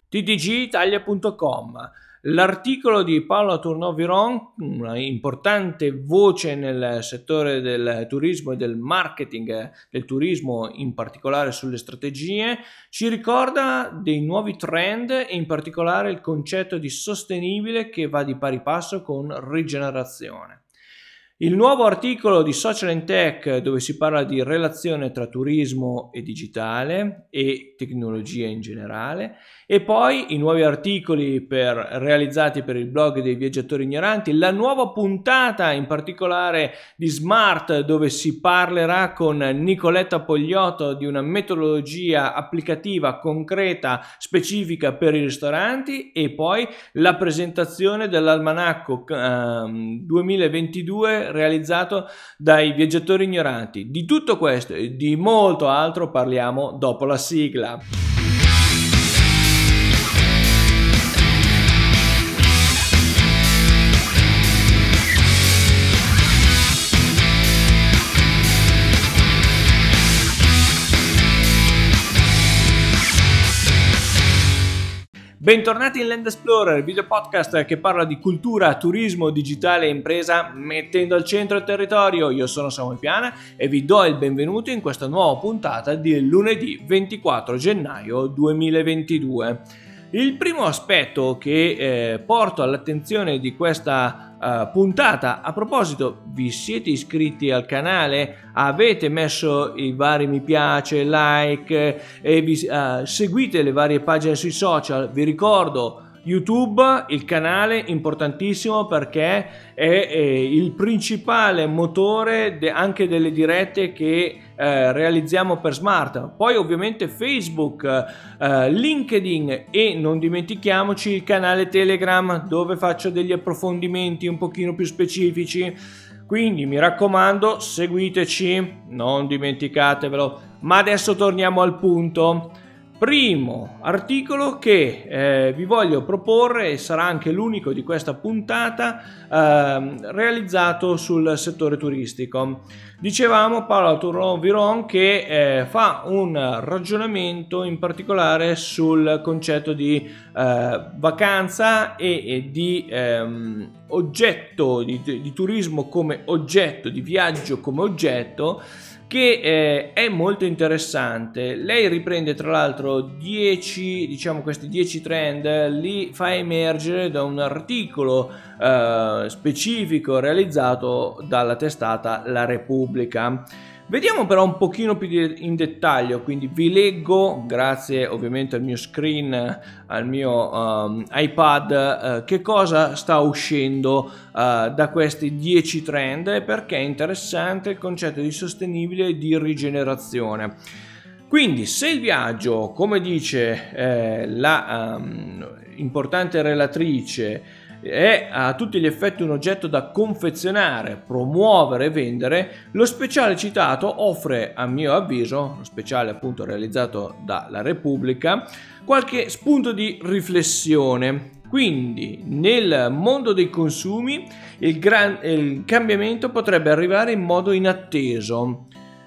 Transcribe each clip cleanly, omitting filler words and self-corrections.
ttgitalia.com. L'articolo di Paola Tourneau-Viron, una importante voce nel settore del turismo e del marketing del turismo, in particolare sulle strategie, ci ricorda dei nuovi trend e in particolare il concetto di sostenibile che va di pari passo con rigenerazione. Il nuovo articolo di Social and Tech, dove si parla di relazione tra turismo e digitale e tecnologia in generale, e poi i nuovi articoli realizzati per il blog dei viaggiatori ignoranti, la nuova puntata in particolare di Smart, dove si parlerà con Nicoletta Pogliotto di una metodologia applicativa concreta specifica per i ristoranti, e poi la presentazione dell'almanacco 2022 realizzato dai viaggiatori ignoranti. Di tutto questo e di molto altro parliamo dopo la sigla. Bentornati in Land Explorer, il video podcast che parla di cultura, turismo, digitale e impresa mettendo al centro il territorio. Io sono Samuel Piana e vi do il benvenuto in questa nuova puntata di lunedì 24 gennaio 2022. Il primo aspetto che porto all'attenzione di questa puntata, a proposito, vi siete iscritti al canale, avete messo i vari mi piace, like e vi seguite le varie pagine sui social. Vi ricordo YouTube, il canale importantissimo perché è il principale motore anche delle dirette che realizziamo per Smart. Poi ovviamente Facebook, LinkedIn e non dimentichiamoci il canale Telegram, dove faccio degli approfondimenti un pochino più specifici. Quindi mi raccomando, seguiteci, non dimenticatevelo. Ma adesso torniamo al punto. Primo articolo che vi voglio proporre, e sarà anche l'unico di questa puntata, realizzato sul settore turistico. Dicevamo Paola Tourneau-Viron che fa un ragionamento in particolare sul concetto di vacanza e di oggetto, di turismo come oggetto, di viaggio come oggetto, che è molto interessante. Lei riprende tra l'altro questi 10 trend, li fa emergere da un articolo specifico realizzato dalla testata La Repubblica. Vediamo però un pochino più in dettaglio, quindi vi leggo, grazie ovviamente al mio screen, al mio iPad, che cosa sta uscendo da questi 10 trend e perché è interessante il concetto di sostenibile e di rigenerazione. Quindi, se il viaggio, come dice la importante relatrice, è a tutti gli effetti un oggetto da confezionare, promuovere e vendere, lo speciale citato offre, a mio avviso, lo speciale appunto realizzato dalla Repubblica, qualche spunto di riflessione. Quindi, nel mondo dei consumi, il cambiamento potrebbe arrivare in modo inatteso.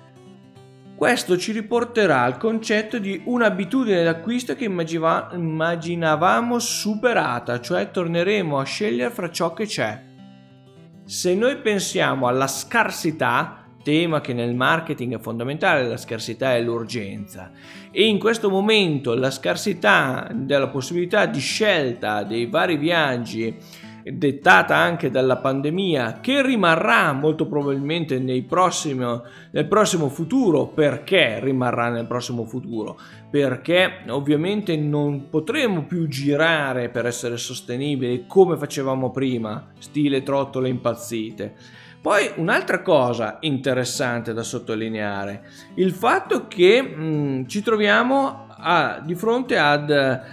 Questo ci riporterà al concetto di un'abitudine d'acquisto che immaginavamo superata, cioè torneremo a scegliere fra ciò che c'è. Se noi pensiamo alla scarsità, tema che nel marketing è fondamentale, la scarsità e l'urgenza, e in questo momento la scarsità della possibilità di scelta dei vari viaggi dettata anche dalla pandemia, che rimarrà molto probabilmente nel prossimo futuro. Perché rimarrà nel prossimo futuro? Perché ovviamente non potremo più girare per essere sostenibili come facevamo prima, stile trottole impazzite. Poi un'altra cosa interessante da sottolineare, il fatto che ci troviamo di fronte ad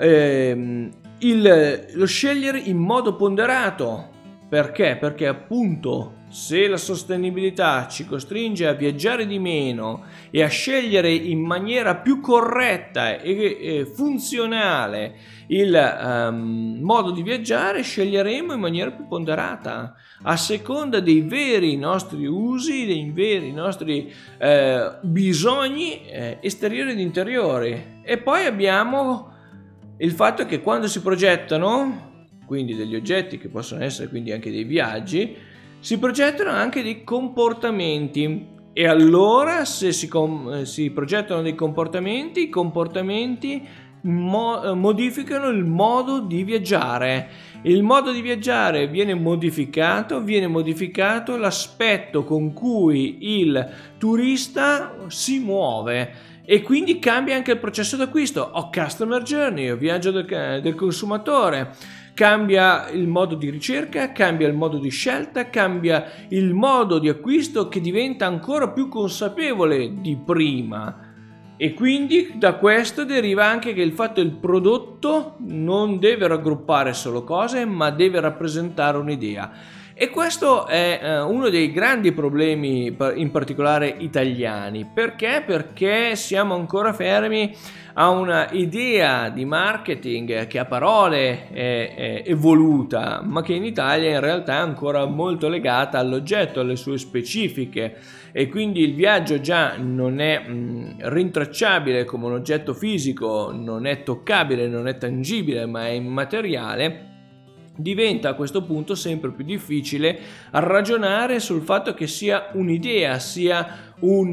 lo scegliere in modo ponderato. Perché? Perché appunto, se la sostenibilità ci costringe a viaggiare di meno e a scegliere in maniera più corretta e funzionale il modo di viaggiare, sceglieremo in maniera più ponderata a seconda dei veri nostri usi, dei veri nostri bisogni esteriori ed interiori. E poi abbiamo il fatto è che quando si progettano, quindi degli oggetti che possono essere quindi anche dei viaggi, si progettano anche dei comportamenti. E allora se si progettano dei comportamenti, i comportamenti modificano il modo di viaggiare. Il modo di viaggiare viene modificato l'aspetto con cui il turista si muove. E quindi cambia anche il processo d'acquisto, o customer journey, o viaggio del consumatore, cambia il modo di ricerca, cambia il modo di scelta, cambia il modo di acquisto che diventa ancora più consapevole di prima. E quindi da questo deriva anche che il fatto che il prodotto non deve raggruppare solo cose, ma deve rappresentare un'idea. E questo è uno dei grandi problemi, in particolare italiani. Perché? Perché siamo ancora fermi a una idea di marketing che a parole è evoluta, ma che in Italia in realtà è ancora molto legata all'oggetto, alle sue specifiche. E quindi il viaggio già non è rintracciabile come un oggetto fisico, non è toccabile, non è tangibile, ma è immateriale. Diventa a questo punto sempre più difficile ragionare sul fatto che sia un'idea, sia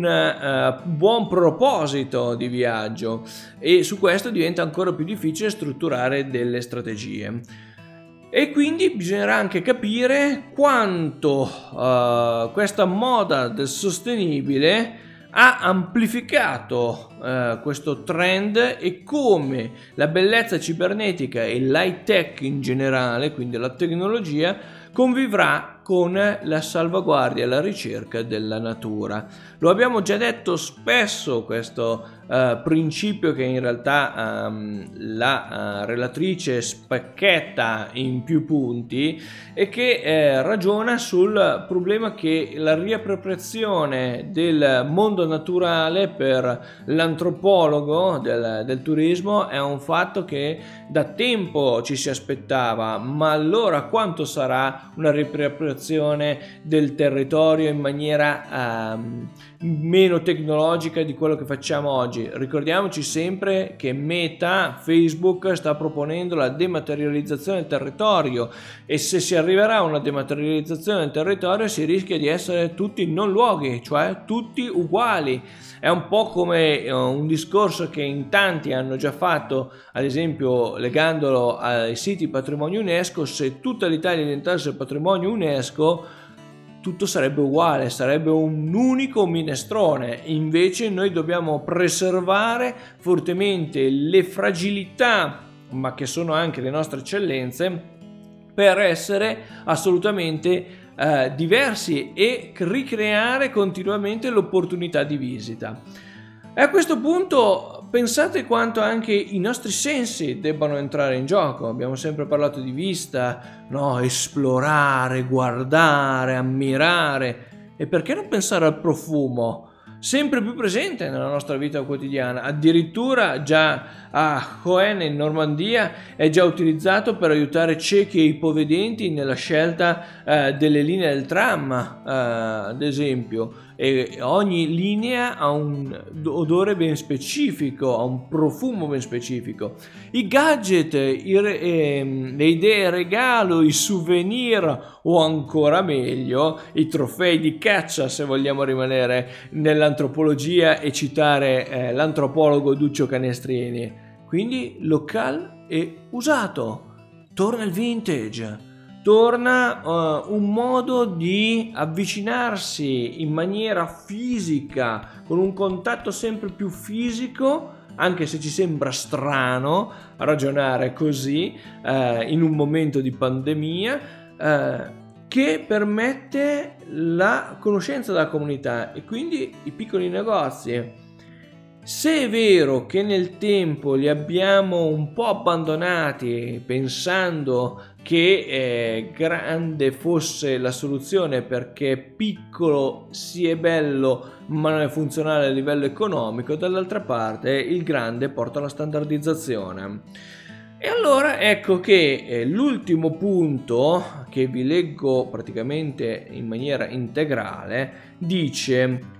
un buon proposito di viaggio, e su questo diventa ancora più difficile strutturare delle strategie. E quindi bisognerà anche capire quanto questa moda del sostenibile ha amplificato questo trend, e come la bellezza cibernetica e l'high tech in generale, quindi la tecnologia, convivrà con la salvaguardia e la ricerca della natura. Lo abbiamo già detto spesso, questo principio che in realtà la relatrice spacchetta in più punti, e che ragiona sul problema che la riappropriazione del mondo naturale per l'antropologo del turismo è un fatto che da tempo ci si aspettava. Ma allora quanto sarà una riappropriazione del territorio in maniera meno tecnologica di quello che facciamo oggi? Ricordiamoci sempre che Meta, Facebook, sta proponendo la dematerializzazione del territorio, e se si arriverà a una dematerializzazione del territorio si rischia di essere tutti non luoghi, cioè tutti uguali. È un po' come un discorso che in tanti hanno già fatto, ad esempio legandolo ai siti patrimonio UNESCO: se tutta l'Italia diventasse patrimonio UNESCO, tutto sarebbe uguale, sarebbe un unico minestrone. Invece noi dobbiamo preservare fortemente le fragilità, ma che sono anche le nostre eccellenze, per essere assolutamente diversi e ricreare continuamente l'opportunità di visita. E a questo punto pensate quanto anche i nostri sensi debbano entrare in gioco. Abbiamo sempre parlato di vista, no? Esplorare, guardare, ammirare. E perché non pensare al profumo? Sempre più presente nella nostra vita quotidiana. Addirittura già a Rouen in Normandia è già utilizzato per aiutare ciechi e ipovedenti nella scelta delle linee del tram, ad esempio. E ogni linea ha un odore ben specifico, ha un profumo ben specifico. I gadget, le idee regalo, i souvenir, o ancora meglio i trofei di caccia, se vogliamo rimanere nell'antropologia e citare l'antropologo Duccio Canestrini. Quindi local e usato, torna il vintage. Torna un modo di avvicinarsi in maniera fisica, con un contatto sempre più fisico, anche se ci sembra strano ragionare così in un momento di pandemia, che permette la conoscenza della comunità e quindi i piccoli negozi. Se è vero che nel tempo li abbiamo un po' abbandonati pensando che grande fosse la soluzione perché piccolo sì è bello ma non è funzionale a livello economico, dall'altra parte il grande porta alla standardizzazione. E allora ecco che l'ultimo punto, che vi leggo praticamente in maniera integrale, dice: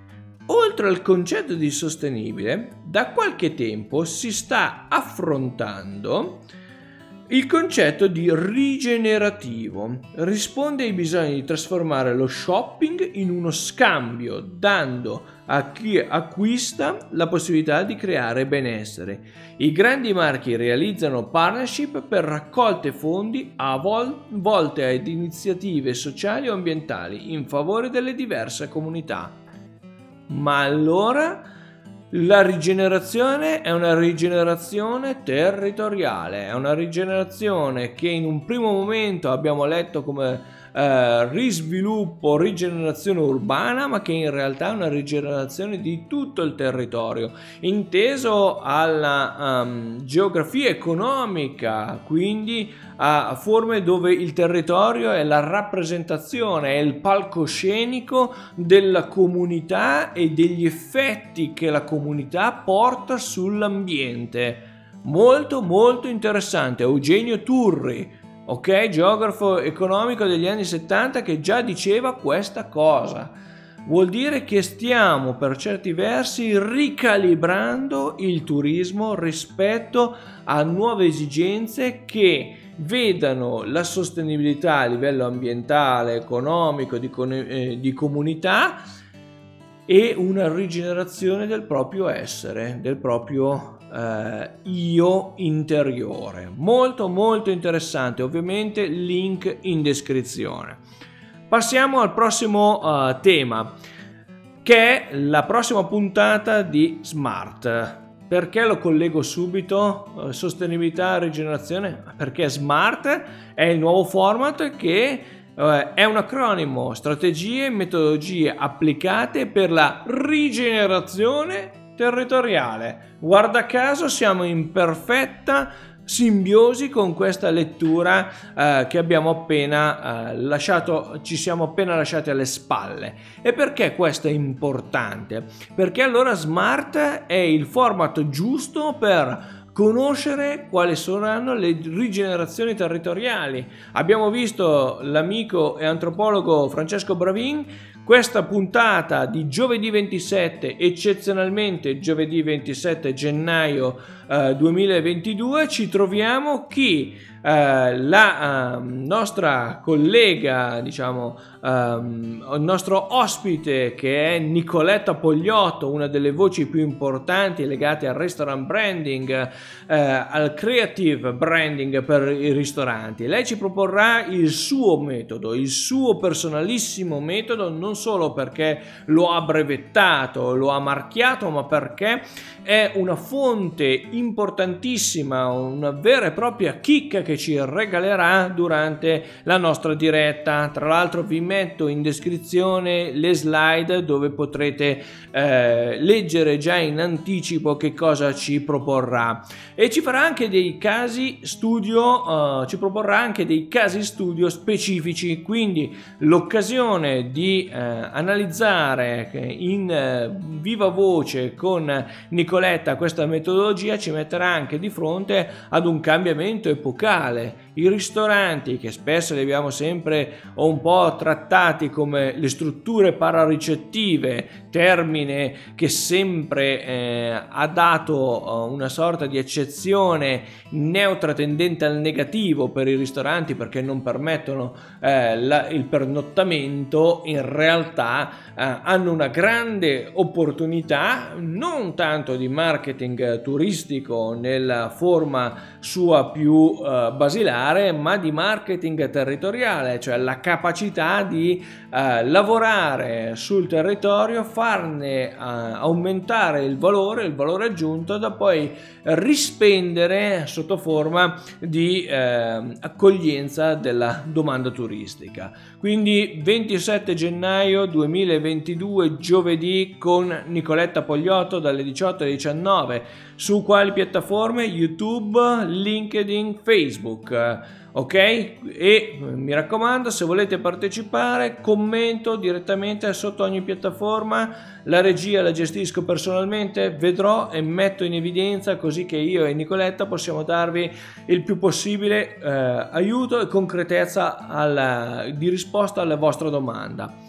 Oltre al concetto di sostenibile, da qualche tempo si sta affrontando il concetto di rigenerativo. Risponde ai bisogni di trasformare lo shopping in uno scambio, dando a chi acquista la possibilità di creare benessere. I grandi marchi realizzano partnership per raccolte fondi volte ad iniziative sociali o ambientali in favore delle diverse comunità. Ma allora la rigenerazione è una rigenerazione territoriale, è una rigenerazione che in un primo momento abbiamo letto come risviluppo, rigenerazione urbana, ma che in realtà è una rigenerazione di tutto il territorio, inteso alla geografia economica, quindi a forme dove il territorio è la rappresentazione, è il palcoscenico della comunità e degli effetti che la comunità porta sull'ambiente. Molto molto interessante. Eugenio Turri, ok, geografo economico degli anni 70, che già diceva questa cosa. Vuol dire che stiamo per certi versi ricalibrando il turismo rispetto a nuove esigenze che vedano la sostenibilità a livello ambientale, economico, di comunità e una rigenerazione del proprio essere, del proprio io interiore. Molto molto interessante, ovviamente link in descrizione. Passiamo al prossimo tema, che è la prossima puntata di Smart. Perché lo collego subito? Sostenibilità e rigenerazione? Perché Smart è il nuovo format che è un acronimo: strategie e metodologie applicate per la rigenerazione territoriale. Guarda caso siamo in perfetta simbiosi con questa lettura che abbiamo appena lasciato, ci siamo appena lasciati alle spalle. E perché questo è importante? Perché allora Smart è il format giusto per conoscere quali saranno le rigenerazioni territoriali. Abbiamo visto l'amico e antropologo Francesco Bravin. Questa puntata di giovedì 27, eccezionalmente giovedì 27 gennaio 2022, ci troviamo chi la nostra collega, diciamo il nostro ospite, che è Nicoletta Pogliotto, una delle voci più importanti legate al restaurant branding, al creative branding per i ristoranti. Lei ci proporrà il suo metodo, il suo personalissimo metodo, non solo perché lo ha brevettato, lo ha marchiato, ma perché è una fonte importantissima, una vera e propria chicca che ci regalerà durante la nostra diretta. Tra l'altro vi metto in descrizione le slide dove potrete leggere già in anticipo che cosa ci proporrà, e ci farà anche dei casi studio, ci proporrà anche dei casi studio specifici, quindi l'occasione di analizzare in viva voce con Nicoletta questa metodologia ci metterà anche di fronte ad un cambiamento epocale. I ristoranti, che spesso li abbiamo sempre un po' trattati come le strutture pararicettive, termine che sempre ha dato una sorta di accezione neutra tendente al negativo per i ristoranti perché non permettono il pernottamento, in realtà hanno una grande opportunità non tanto di marketing turistico nella forma sua più basilare, ma di marketing territoriale, cioè la capacità di lavorare sul territorio, farne aumentare il valore aggiunto da poi rispendere sotto forma di accoglienza della domanda turistica. Quindi 27 gennaio 2022 giovedì con Nicoletta Pogliotto dalle 18 alle 19. Su quali piattaforme? YouTube, LinkedIn, Facebook. Ok? E mi raccomando, se volete partecipare, commento direttamente sotto ogni piattaforma. La regia la gestisco personalmente, vedrò e metto in evidenza, così che io e Nicoletta possiamo darvi il più possibile aiuto e concretezza di risposta alla vostra domanda.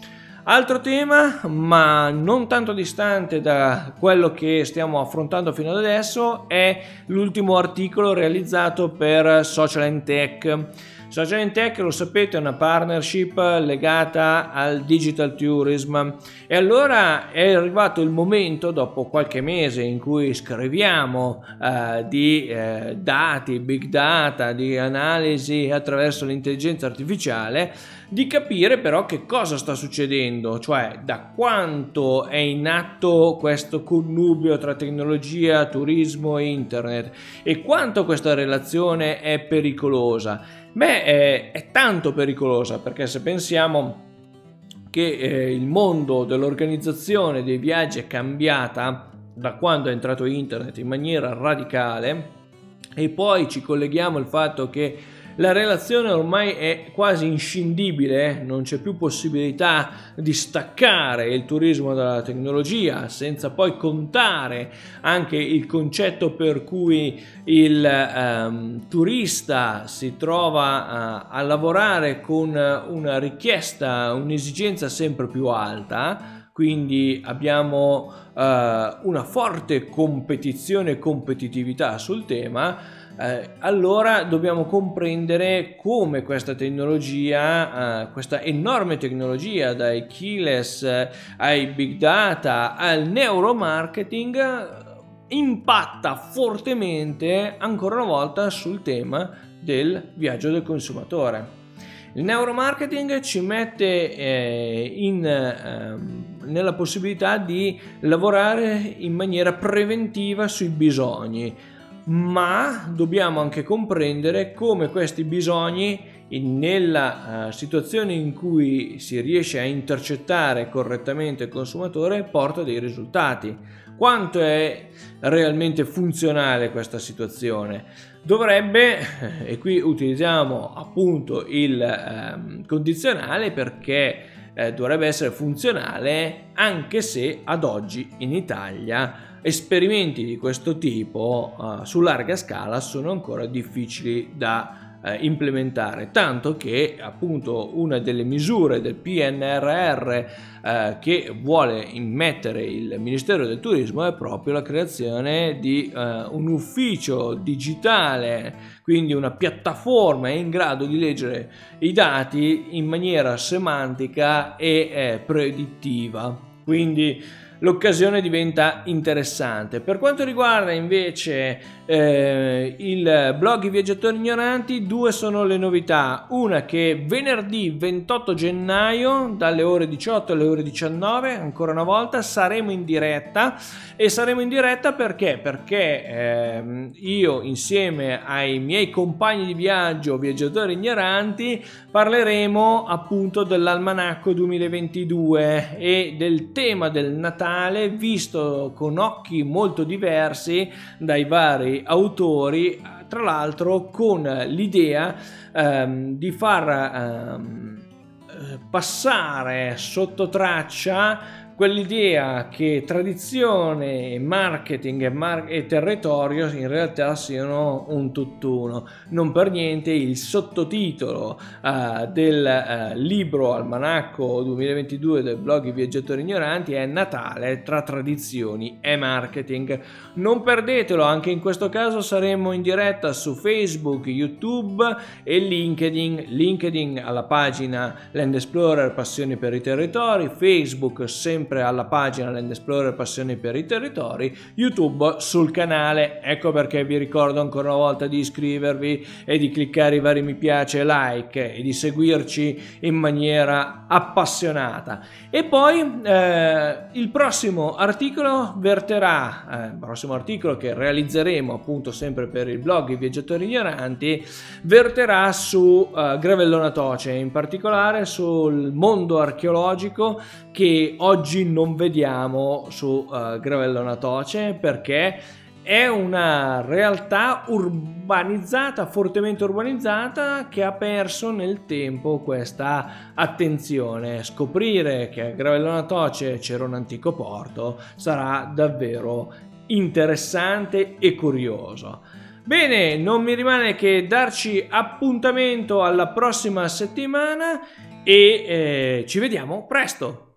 Altro tema, ma non tanto distante da quello che stiamo affrontando fino ad adesso, è l'ultimo articolo realizzato per Social & Tech. Social & Tech, lo sapete, è una partnership legata al digital tourism, e allora è arrivato il momento, dopo qualche mese in cui scriviamo di dati, big data, di analisi attraverso l'intelligenza artificiale, di capire però che cosa sta succedendo, cioè da quanto è in atto questo connubio tra tecnologia, turismo e internet, e quanto questa relazione è pericolosa. È tanto pericolosa, perché se pensiamo che il mondo dell'organizzazione dei viaggi è cambiata da quando è entrato internet in maniera radicale, e poi ci colleghiamo al fatto che la relazione ormai è quasi inscindibile, non c'è più possibilità di staccare il turismo dalla tecnologia, senza poi contare anche il concetto per cui il turista si trova a lavorare con una richiesta, un'esigenza sempre più alta. Quindi abbiamo una forte competizione e competitività sul tema. Allora dobbiamo comprendere come questa tecnologia, questa enorme tecnologia, dai keyless ai big data al neuromarketing, impatta fortemente ancora una volta sul tema del viaggio del consumatore. Il neuromarketing ci mette nella possibilità di lavorare in maniera preventiva sui bisogni, ma dobbiamo anche comprendere come questi bisogni, nella situazione in cui si riesce a intercettare correttamente il consumatore, porta dei risultati. Quanto è realmente funzionale questa situazione? Dovrebbe, e qui utilizziamo appunto il condizionale, perché dovrebbe essere funzionale, anche se ad oggi in Italia esperimenti di questo tipo su larga scala sono ancora difficili da implementare, tanto che appunto una delle misure del PNRR che vuole immettere il Ministero del Turismo è proprio la creazione di un ufficio digitale, quindi una piattaforma in grado di leggere i dati in maniera semantica e predittiva. Quindi l'occasione diventa interessante. Per quanto riguarda invece il blog I Viaggiatori Ignoranti, due sono le novità. Una che venerdì 28 gennaio dalle ore 18 alle ore 19, ancora una volta, saremo in diretta. E saremo in diretta perché io, insieme ai miei compagni di viaggio Viaggiatori Ignoranti, parleremo appunto dell'almanacco 2022 e del tema del Natale visto con occhi molto diversi dai vari autori, tra l'altro con l'idea di far passare sotto traccia quell'idea che tradizione, marketing e territorio in realtà siano un tutt'uno. Non per niente il sottotitolo del libro Almanacco 2022 del blog I Viaggiatori Ignoranti è Natale tra tradizioni e marketing. Non perdetelo, anche in questo caso saremo in diretta su Facebook, YouTube e LinkedIn alla pagina Land Explorer Passioni per i Territori, Facebook sempre alla pagina Land Explorer Passioni per i Territori, YouTube sul canale. Ecco perché vi ricordo ancora una volta di iscrivervi e di cliccare i vari mi piace e like e di seguirci in maniera appassionata. E poi il prossimo articolo verterà, il prossimo articolo che realizzeremo appunto sempre per il blog I Viaggiatori Ignoranti, verterà su Gravellona Toce, in particolare sul mondo archeologico che oggi non vediamo su Gravellona Toce, perché è una realtà urbanizzata, fortemente urbanizzata, che ha perso nel tempo questa attenzione. Scoprire che a Gravellona Toce c'era un antico porto sarà davvero interessante e curioso. Bene, non mi rimane che darci appuntamento alla prossima settimana e ci vediamo presto!